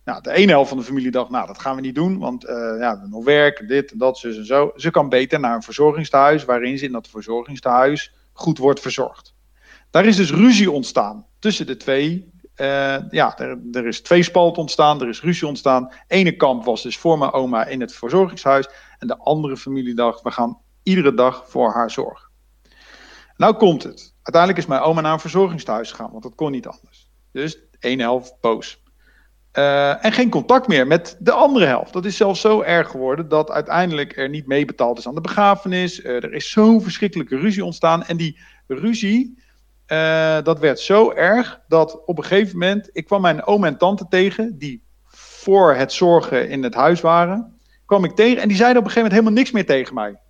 Nou, de ene helft van de familie dacht, nou, dat gaan we niet doen, want we hebben nog werk, dit en dat, zus en zo. Ze kan beter naar een verzorgingstehuis, waarin ze in dat verzorgingstehuis goed wordt verzorgd. Daar is dus ruzie ontstaan tussen de twee. Er is tweespalt ontstaan, er is ruzie ontstaan. Ene kamp was dus voor mijn oma in het verzorgingshuis. En de andere familie dacht, we gaan iedere dag voor haar zorgen. Nou komt het. Uiteindelijk is mijn oma naar een verzorgingstehuis gegaan, want dat kon niet anders. Dus de ene helft boos. En geen contact meer met de andere helft. Dat is zelfs zo erg geworden dat uiteindelijk er niet meebetaald is aan de begrafenis. Er is zo'n verschrikkelijke ruzie ontstaan. En die ruzie, dat werd zo erg dat op een gegeven moment, ik kwam mijn oom en tante tegen, die voor het zorgen in het huis waren, kwam ik tegen en die zeiden op een gegeven moment helemaal niks meer tegen mij.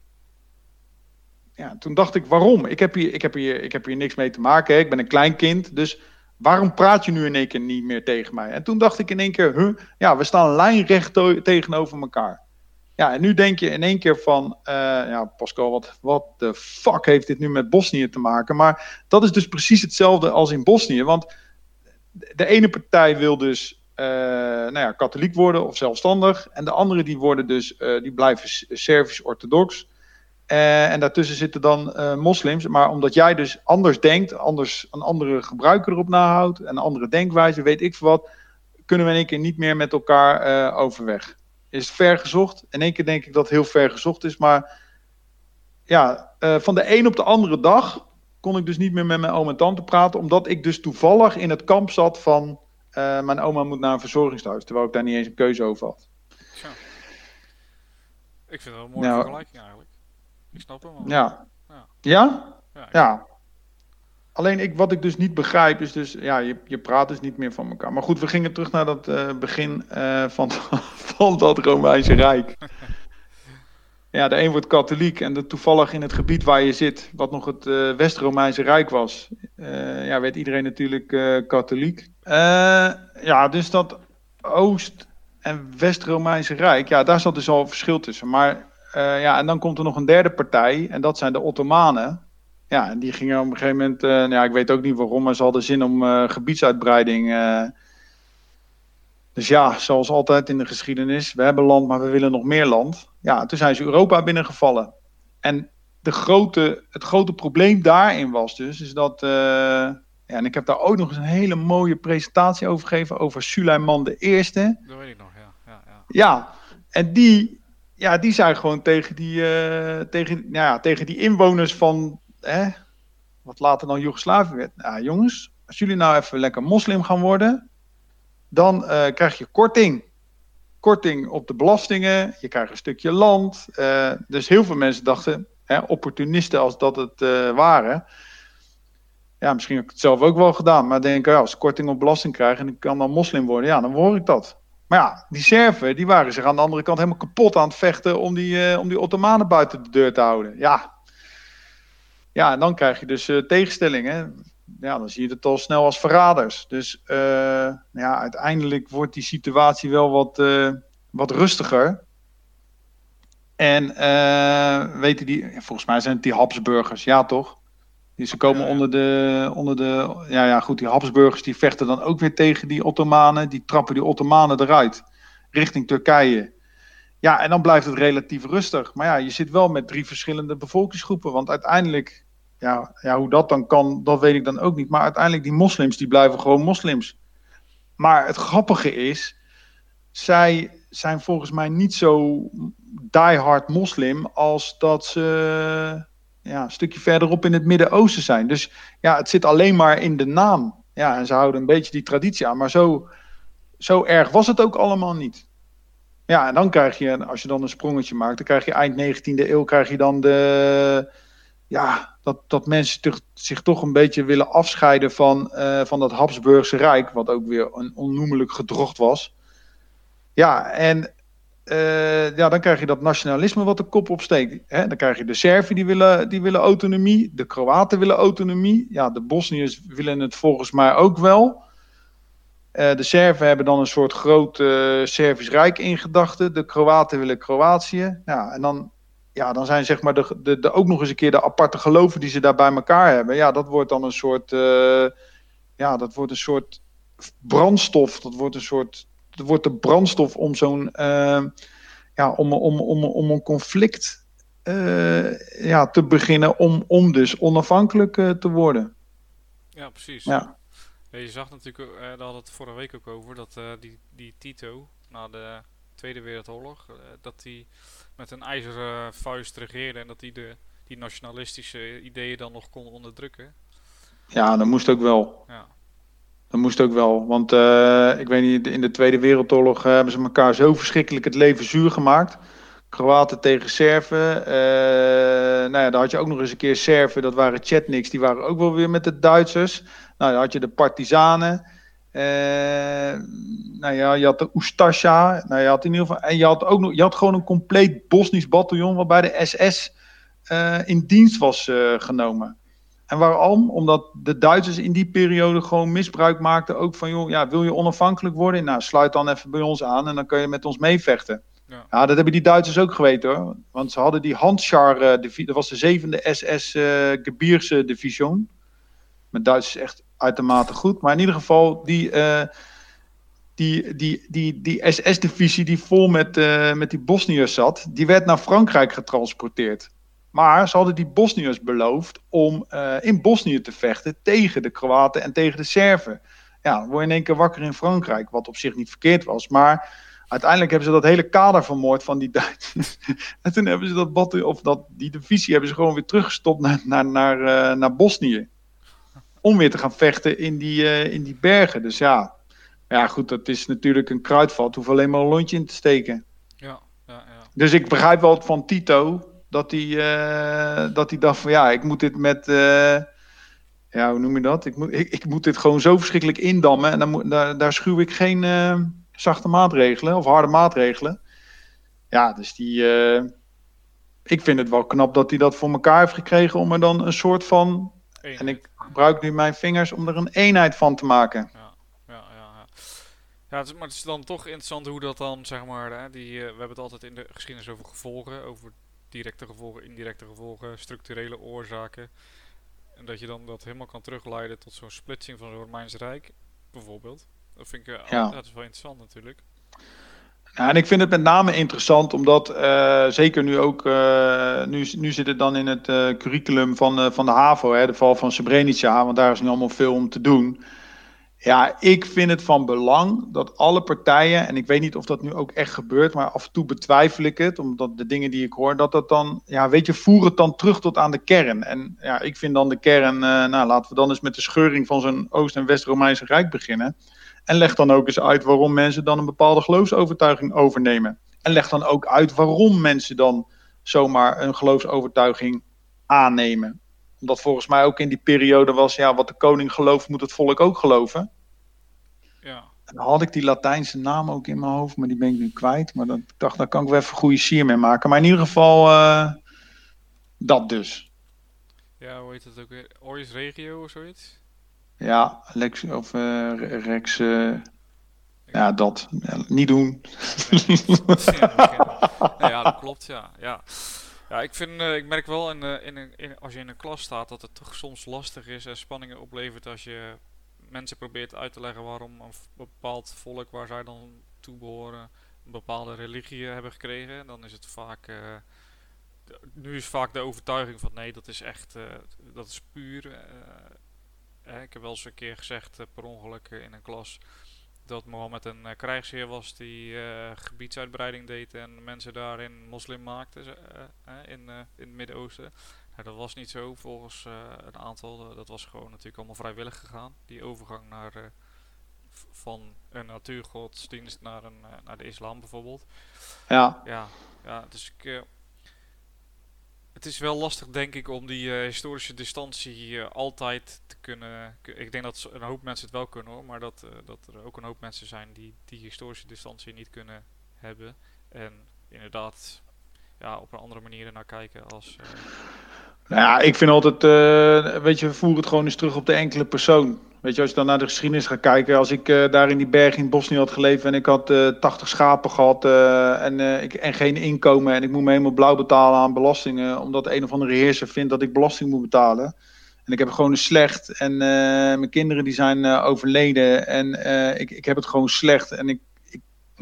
Ja, toen dacht ik, waarom? Ik heb hier niks mee te maken, hè? Ik ben een klein kind, dus waarom praat je nu in één keer niet meer tegen mij? En toen dacht ik in één keer, we staan lijnrecht tegenover elkaar. Ja, en nu denk je in één keer van, Pascal, wat de fuck heeft dit nu met Bosnië te maken? Maar dat is dus precies hetzelfde als in Bosnië. Want de ene partij wil dus katholiek worden of zelfstandig. En de andere die blijven Servisch-orthodox. En daartussen zitten dan moslims. Maar omdat jij dus anders denkt, een andere gebruiker erop nahoudt, een andere denkwijze, weet ik veel wat, kunnen we in één keer niet meer met elkaar overweg. Is het ver gezocht? In één keer denk ik dat het heel ver gezocht is. Maar van de een op de andere dag kon ik dus niet meer met mijn oom en tante praten. Omdat ik dus toevallig in het kamp zat van mijn oma moet naar een verzorgingstehuis. Terwijl ik daar niet eens een keuze over had. Tja. Ik vind het een mooie vergelijking eigenlijk. Ik snap hem wel. Ja? Ja. Alleen wat ik dus niet begrijp is dus, je praat dus niet meer van elkaar. Maar goed, we gingen terug naar dat begin van dat Romeinse Rijk. Ja, de een wordt katholiek en toevallig in het gebied waar je zit, wat nog het West-Romeinse Rijk was, werd iedereen natuurlijk katholiek. Dus dat Oost- en West-Romeinse Rijk, daar zat dus al een verschil tussen. Maar en dan komt er nog een derde partij en dat zijn de Ottomanen. Ja, en die gingen op een gegeven moment, ik weet ook niet waarom, maar ze hadden zin om gebiedsuitbreiding. Dus zoals altijd in de geschiedenis, we hebben land, maar we willen nog meer land. Ja, toen zijn ze Europa binnengevallen. En het grote probleem daarin was dus, is dat, en ik heb daar ook nog eens een hele mooie presentatie over gegeven, over Suleiman I. Dat weet ik nog, ja. Ja, en die zei gewoon tegen die inwoners van, wat later dan Joegoslavië werd. Nou, jongens, als jullie nou even lekker moslim gaan worden, dan krijg je korting. Korting op de belastingen, je krijgt een stukje land. Dus heel veel mensen dachten, opportunisten als dat het waren. Ja, misschien heb ik het zelf ook wel gedaan. Maar denk, als ik korting op belasting krijg en ik kan dan moslim worden, dan hoor ik dat. Maar ja, die Serven, die waren zich aan de andere kant helemaal kapot aan het vechten om die Ottomanen buiten de deur te houden. Ja, en dan krijg je dus tegenstellingen. Ja, dan zie je het al snel als verraders. Dus uiteindelijk wordt die situatie wel wat rustiger. En volgens mij zijn het die Habsburgers, ja toch? Ze komen onder de die Habsburgers die vechten dan ook weer tegen die Ottomanen. Die trappen die Ottomanen eruit, richting Turkije. Ja, en dan blijft het relatief rustig. Maar je zit wel met 3 verschillende bevolkingsgroepen. Want uiteindelijk, hoe dat dan kan, dat weet ik dan ook niet. Maar uiteindelijk, die moslims, die blijven gewoon moslims. Maar het grappige is, zij zijn volgens mij niet zo diehard moslim als dat ze een stukje verderop in het Midden-Oosten zijn. Dus het zit alleen maar in de naam. Ja, en ze houden een beetje die traditie aan. Maar zo erg was het ook allemaal niet. Ja, en dan krijg je, als je dan een sprongetje maakt, dan krijg je eind 19e eeuw, krijg je dan dat mensen zich toch een beetje willen afscheiden van dat Habsburgse Rijk, wat ook weer een onnoemelijk gedrocht was. Ja, en dan krijg je dat nationalisme wat de kop opsteekt. Hè? Dan krijg je de Serven die willen autonomie, de Kroaten willen autonomie. Ja, de Bosniërs willen het volgens mij ook wel. De Serven hebben dan een soort groot Servisch Rijk in gedachten. De Kroaten willen Kroatië. Ja, en dan zijn zeg maar ook nog eens een keer de aparte geloven die ze daar bij elkaar hebben. Ja, dat wordt dan een soort brandstof. Dat wordt een soort wordt de brandstof om zo'n om een conflict te beginnen om dus onafhankelijk te worden. Ja, precies. Ja. Ja, je zag natuurlijk, daar hadden we het vorige week ook over, dat die Tito na de Tweede Wereldoorlog, dat hij met een ijzeren vuist regeerde en dat hij die nationalistische ideeën dan nog kon onderdrukken. Ja, dat moest ook wel. Ja. Dat moest ook wel, want ik weet niet, in de Tweede Wereldoorlog hebben ze elkaar zo verschrikkelijk het leven zuur gemaakt. Kroaten tegen Serven. Dan had je ook nog eens een keer Serven, dat waren Chetniks, die waren ook wel weer met de Duitsers. Nou, dan had je de partizanen. Je had de Ustasja. Nou, je had in ieder geval, en je had gewoon een compleet Bosnisch bataljon wat bij de SS in dienst was genomen. En waarom? Omdat de Duitsers in die periode gewoon misbruik maakten ook van, joh, ja, wil je onafhankelijk worden? Nou, sluit dan even bij ons aan en dan kun je met ons meevechten. Ja, dat hebben die Duitsers ook geweten, hoor. Want ze hadden die Handschar, dat was de 7e SS Gebirse Division. Met Duits is echt uitermate goed. Maar in ieder geval, die SS-divisie die vol met die Bosniërs zat, die werd naar Frankrijk getransporteerd. Maar ze hadden die Bosniërs beloofd om in Bosnië te vechten tegen de Kroaten en tegen de Serven. Ja, dan word je in één keer wakker in Frankrijk, wat op zich niet verkeerd was. Maar uiteindelijk hebben ze dat hele kader vermoord van die Duitsers. En toen hebben ze die divisie hebben ze gewoon weer teruggestopt naar Bosnië. Om weer te gaan vechten in die bergen. Dus ja, goed, dat is natuurlijk een kruidvat. Hoef alleen maar een lontje in te steken. Ja. Dus ik begrijp wel van Tito dat hij dacht van ja, ik moet dit met... hoe noem je dat? Ik moet dit gewoon zo verschrikkelijk indammen. En daar schuw ik geen zachte maatregelen of harde maatregelen. Ja, dus ik vind het wel knap dat hij dat voor elkaar heeft gekregen om er dan een soort van... Eenheid. En ik gebruik nu mijn vingers om er een eenheid van te maken. Ja, maar het is dan toch interessant hoe dat dan, zeg maar, we hebben het altijd in de geschiedenis over gevolgen, over directe gevolgen, indirecte gevolgen, structurele oorzaken. En dat je dan dat helemaal kan terugleiden tot zo'n splitsing van het Romeinse Rijk, bijvoorbeeld. Dat vind ik, dat is wel interessant natuurlijk. Ja, en ik vind het met name interessant, omdat zeker nu ook, nu zit het dan in het curriculum van de HAVO, de val van Srebrenica, want daar is nu allemaal veel om te doen. Ja, ik vind het van belang dat alle partijen, en ik weet niet of dat nu ook echt gebeurt, maar af en toe betwijfel ik het, omdat de dingen die ik hoor, dat dan, voer het dan terug tot aan de kern. En ja, ik vind dan de kern, laten we dan eens met de scheuring van zo'n Oost- en West-Romeinse Rijk beginnen. En leg dan ook eens uit waarom mensen dan een bepaalde geloofsovertuiging overnemen. En leg dan ook uit waarom mensen dan zomaar een geloofsovertuiging aannemen. Omdat volgens mij ook in die periode was, wat de koning gelooft, moet het volk ook geloven. Ja. En dan had ik die Latijnse naam ook in mijn hoofd, maar die ben ik nu kwijt. Maar ik dacht, daar kan ik wel even goede sier mee maken. Maar in ieder geval, dat dus. Ja, hoe heet het ook weer? Oris Regio of zoiets? Ja, Lex of Rex. Dat. Ja, niet doen. Ja, dat klopt, ja. Ja, ik merk wel als je in een klas staat dat het toch soms lastig is en spanningen oplevert als je mensen probeert uit te leggen waarom een bepaald volk waar zij dan toe behoren een bepaalde religie hebben gekregen. Dan is het vaak... nu is vaak de overtuiging van nee, dat is echt... dat is puur... ik heb wel eens een keer gezegd per ongeluk in een klas dat Mohammed een krijgsheer was die gebiedsuitbreiding deed en mensen daarin moslim maakte in het Midden-Oosten. Nou, dat was niet zo volgens een aantal. Dat was gewoon natuurlijk allemaal vrijwillig gegaan. Die overgang van een natuurgodsdienst naar de islam bijvoorbeeld. Ja, dus het is wel lastig, denk ik, om die historische distantie altijd te kunnen... Ik denk dat een hoop mensen het wel kunnen, hoor. Maar dat er ook een hoop mensen zijn die historische distantie niet kunnen hebben. En inderdaad op een andere manier ernaar kijken als... ik vind altijd... voer het gewoon eens terug op de enkele persoon. Weet je, als je dan naar de geschiedenis gaat kijken... Als ik daar in die berg in Bosnië had geleefd... en ik had 80 schapen gehad... en geen inkomen... en ik moet me helemaal blauw betalen aan belastingen... omdat een of andere heerser vindt dat ik belasting moet betalen... en ik heb het gewoon slecht... en mijn kinderen die zijn overleden... en ik heb het gewoon slecht... en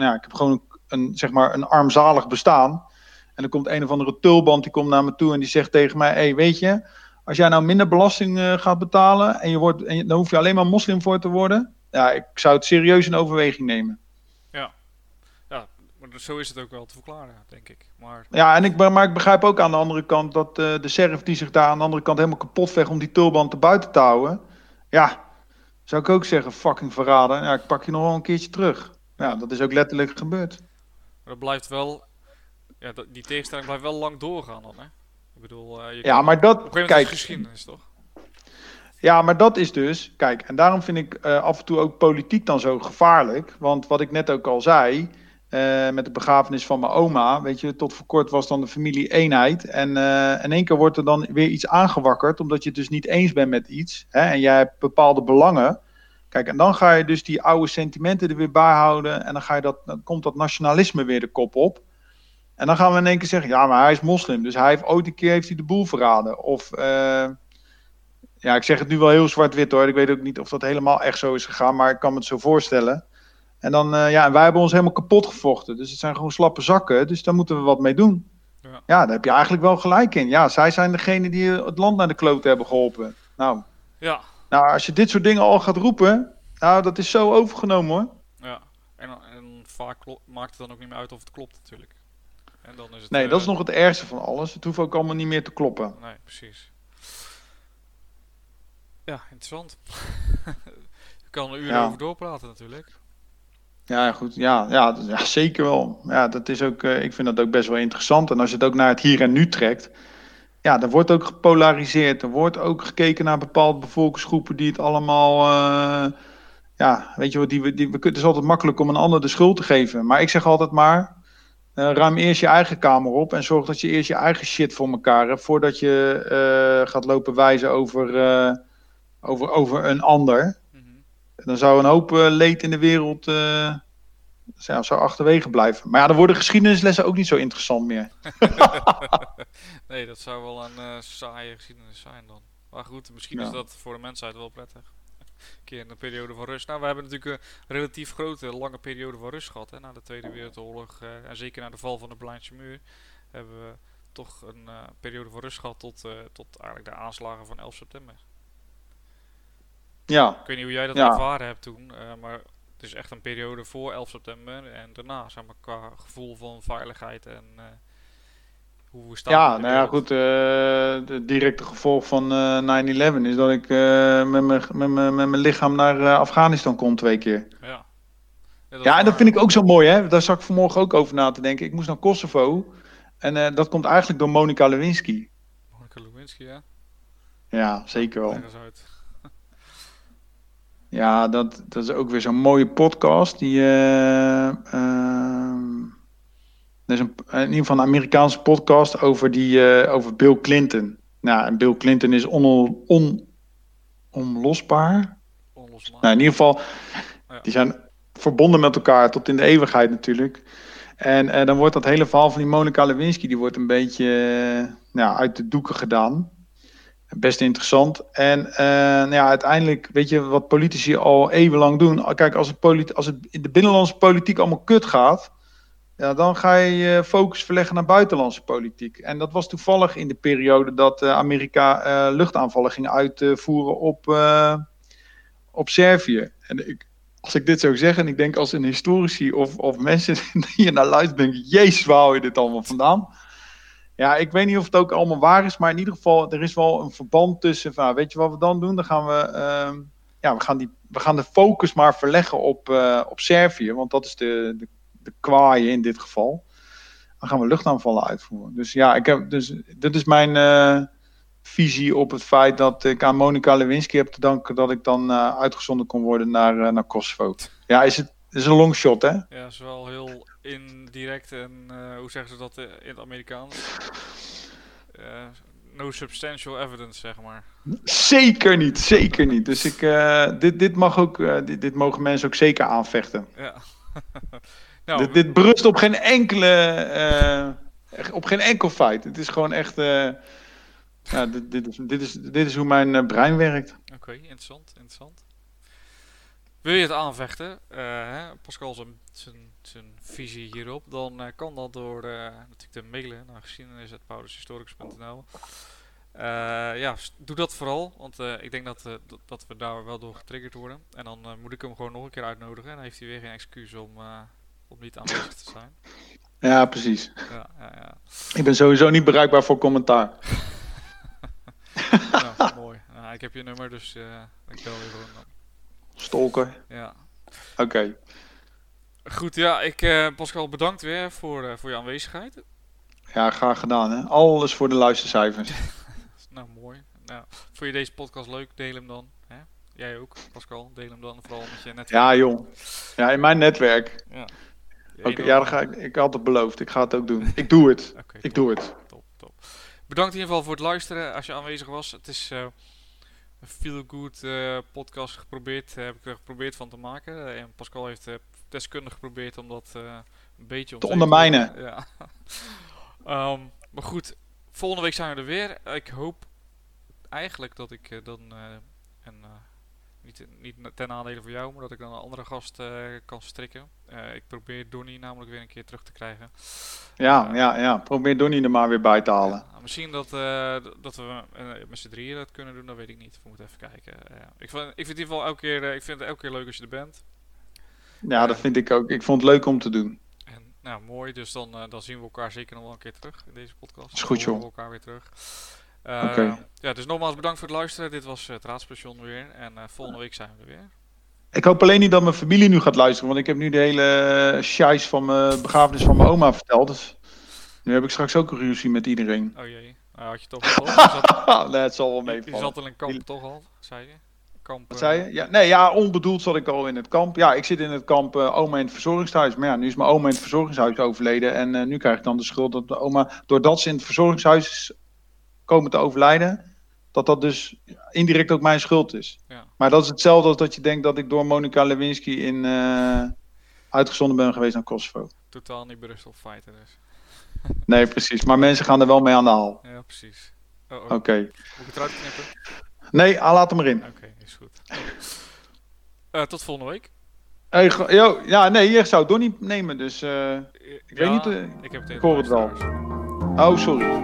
nou ja, ik heb gewoon zeg maar een armzalig bestaan. En dan komt een of andere tulband, die komt naar me toe en die zegt tegen mij, hey, weet je, als jij nou minder belasting gaat betalen en dan hoef je alleen maar moslim voor te worden. Ja, ik zou het serieus in overweging nemen. Ja, maar zo is het ook wel te verklaren, denk ik. Maar Ja, maar ik begrijp ook aan de andere kant dat de sheriff die zich daar aan de andere kant helemaal kapot vecht om die tulband te buiten te houden. Ja, zou ik ook zeggen, fucking verrader. Ja, ik pak je nog wel een keertje terug. Ja, dat is ook letterlijk gebeurd. dat blijft wel... Ja, die tegenstelling blijft wel lang doorgaan dan, hè? Ik bedoel, Ja, maar op een gegeven dat, moment kijk, is het geschiedenis, toch? ja, maar dat is dus, kijk, en daarom vind ik af en toe ook politiek dan zo gevaarlijk. Want wat ik net ook al zei, met de begrafenis van mijn oma, weet je, tot voor kort was dan de familie eenheid. En in één keer wordt er dan weer iets aangewakkerd, omdat je het dus niet eens bent met iets. Hè, en jij hebt bepaalde belangen. Kijk, en dan ga je dus die oude sentimenten er weer bij houden. En dan komt dat nationalisme weer de kop op. En dan gaan we in één keer zeggen, ja, maar hij is moslim. Dus hij heeft ooit een keer de boel verraden. Of, ja, ik zeg het nu wel heel zwart-wit hoor. Ik weet ook niet of dat helemaal echt zo is gegaan. Maar ik kan me het zo voorstellen. En dan, ja, en wij hebben ons helemaal kapot gevochten. Dus het zijn gewoon slappe zakken. Dus daar moeten we wat mee doen. Ja, daar heb je eigenlijk wel gelijk in. Ja, zij zijn degene die het land naar de klote hebben geholpen. Nou, als je dit soort dingen al gaat roepen, nou, dat is zo overgenomen hoor. Ja, en vaak maakt het dan ook niet meer uit of het klopt natuurlijk. En dan is het, nee, dat is nog het ergste van alles. Het hoeft ook allemaal niet meer te kloppen. Nee, precies. Ja, interessant. Je kan er uren over doorpraten natuurlijk. Ja, goed. Ja, zeker wel. Ja, dat is ook, ik vind dat ook best wel interessant. En als je het ook naar het hier en nu trekt, ja, er wordt ook gepolariseerd. Er wordt ook gekeken naar bepaalde bevolkingsgroepen die het allemaal, ja, weet je wat, het is altijd makkelijk om een ander de schuld te geven. Maar ik zeg altijd maar, ruim eerst je eigen kamer op en zorg dat je eerst je eigen shit voor elkaar hebt, voordat je gaat lopen wijzen over een ander. Dan zou een hoop leed in de wereld zou achterwege blijven. Maar ja, dan worden geschiedenislessen ook niet zo interessant meer. Nee, dat zou wel een saaie geschiedenis zijn dan. Maar goed, misschien is dat voor de mensheid wel prettig. Een keer een periode van rust. Nou, we hebben natuurlijk een relatief grote, lange periode van rust gehad. Hè, na de Tweede Wereldoorlog en zeker na de val van de Berlijnse muur hebben we toch een periode van rust gehad tot eigenlijk de aanslagen van 11 september. Ja. Ik weet niet hoe jij dat ervaren hebt toen, maar het is echt een periode voor 11 september en daarna, zeg maar, qua gevoel van veiligheid en hoe we staan. Ja, nou ja, goed. Het directe gevolg van 9/11 is dat ik met mijn lichaam naar Afghanistan kon 2 keer. Ja, en dat vind ik ook zo mooi, hè. Daar zat ik vanmorgen ook over na te denken. Ik moest naar Kosovo en dat komt eigenlijk door Monica Lewinsky. Monica Lewinsky, ja? Ja, zeker wel. Ja, dat is ook weer zo'n mooie podcast. Er is in ieder geval een Amerikaanse podcast over Bill Clinton. Nou, en Bill Clinton is onlosbaar. Nou, in ieder geval, die zijn verbonden met elkaar tot in de eeuwigheid natuurlijk. En dan wordt dat hele verhaal van die Monica Lewinsky, die wordt een beetje uit de doeken gedaan. Best interessant. En uiteindelijk, weet je wat politici al eeuwenlang doen? Kijk, als het in de binnenlandse politiek allemaal kut gaat, ja, dan ga je je focus verleggen naar buitenlandse politiek. En dat was toevallig in de periode dat Amerika luchtaanvallen ging uitvoeren op Servië. En als ik dit zou zeggen, en ik denk als een historici of mensen die hier naar luisteren, denken, jezus, waar hou je dit allemaal vandaan? Ja, ik weet niet of het ook allemaal waar is, maar in ieder geval, er is wel een verband tussen, van, weet je wat we dan doen? Dan gaan we gaan de focus maar verleggen op Servië, want dat is de kwaaie in dit geval. Dan gaan we luchtaanvallen uitvoeren. Dus ja, dit is mijn visie op het feit dat ik aan Monica Lewinsky heb te danken dat ik dan uitgezonden kon worden naar Kosovo. Ja, het is een long shot, hè? Ja, het is wel heel indirect en hoe zeggen ze dat in het Amerikaans? No substantial evidence, zeg maar. Zeker niet. Dus dit mogen mensen ook zeker aanvechten. Ja. Nou, dit berust op geen enkel feit. Het is gewoon echt, dit is hoe mijn brein werkt. Oké, interessant. Wil je het aanvechten, Pascal zijn visie hierop, dan kan dat door natuurlijk te mailen naar geschiedenis@paulushistoricus.nl. Doe dat vooral, want ik denk dat we daar wel door getriggerd worden. En dan moet ik hem gewoon nog een keer uitnodigen en dan heeft hij weer geen excuus om niet aanwezig te zijn. Ja, precies. Ja. Ik ben sowieso niet bereikbaar voor commentaar. Nou, mooi. Nou, ik heb je nummer, dus ik bel je gewoon dan. Stalker. Ja. Oké. Goed, ja, Pascal, bedankt weer voor je aanwezigheid. Ja, graag gedaan. Hè? Alles voor de luistercijfers. Nou, mooi. Nou, vond je deze podcast leuk? Deel hem dan. Hè? Jij ook, Pascal. Deel hem dan vooral met je netwerk. Ja, jong. Ja, in mijn netwerk. Ja. Oké, ja, dan ga ik had het beloofd. Ik ga het ook doen. Ik doe het. Okay, ik doe het. Top. Bedankt in ieder geval voor het luisteren als je aanwezig was. Het is een feel-good podcast heb ik er geprobeerd van te maken. En Pascal heeft deskundig geprobeerd om dat een beetje te ondermijnen. Ja. Maar goed, volgende week zijn we er weer. Ik hoop eigenlijk dat ik niet ten nadele voor jou, maar dat ik dan een andere gast kan strikken. Ik probeer Donnie namelijk weer een keer terug te krijgen. Ja. Probeer Donnie er maar weer bij te halen. Misschien dat we met z'n drieën dat kunnen doen, dat weet ik niet. We moeten even kijken. Ik vind het in ieder geval elke keer leuk als je er bent. Ja, dat vind ik ook. Ik vond het leuk om te doen. En, nou, mooi. Dus dan zien we elkaar zeker nog wel een keer terug in deze podcast. Is goed, joh. Dan horen we elkaar weer terug. Oké. Ja, dus nogmaals bedankt voor het luisteren. Dit was het Raadspension weer. En volgende week zijn we er weer. Ik hoop alleen niet dat mijn familie nu gaat luisteren, want ik heb nu de hele scheis van mijn begrafenis van mijn oma verteld. Dus nu heb ik straks ook een ruzie met iedereen. Oh jee, had je toch al? Nee, het zal wel meevallen. Je zat al in kamp toch al, zei je? Kamp, Wat zei je? Ja, onbedoeld zat ik al in het kamp. Ja, ik zit in het kamp oma in het verzorgingshuis. Maar ja, nu is mijn oma in het verzorgingshuis overleden. En nu krijg ik dan de schuld dat de oma, doordat ze in het verzorgingshuis is komen te overlijden, dat dus indirect ook mijn schuld is. Ja. Maar dat is hetzelfde als dat je denkt dat ik door Monica Lewinsky uitgezonden ben geweest naar Kosovo. Totaal niet berust op feiten dus. Nee, precies. Maar mensen gaan er wel mee aan de haal. Ja, precies. Oké. Moet ik het eruit knippen? Nee, laat hem erin. Oké, is goed. Tot volgende week. Je zou Donnie nemen, dus ik weet niet. Ik hoor het wel. Oh, sorry.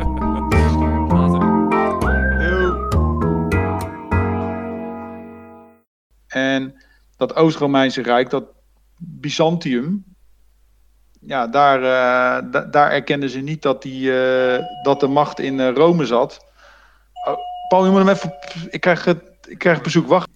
En dat Oost-Romeinse Rijk, dat Byzantium, ja, daar erkenden ze niet dat de macht in Rome zat. Oh, Paul, je moet hem even. Ik krijg bezoek. Wacht.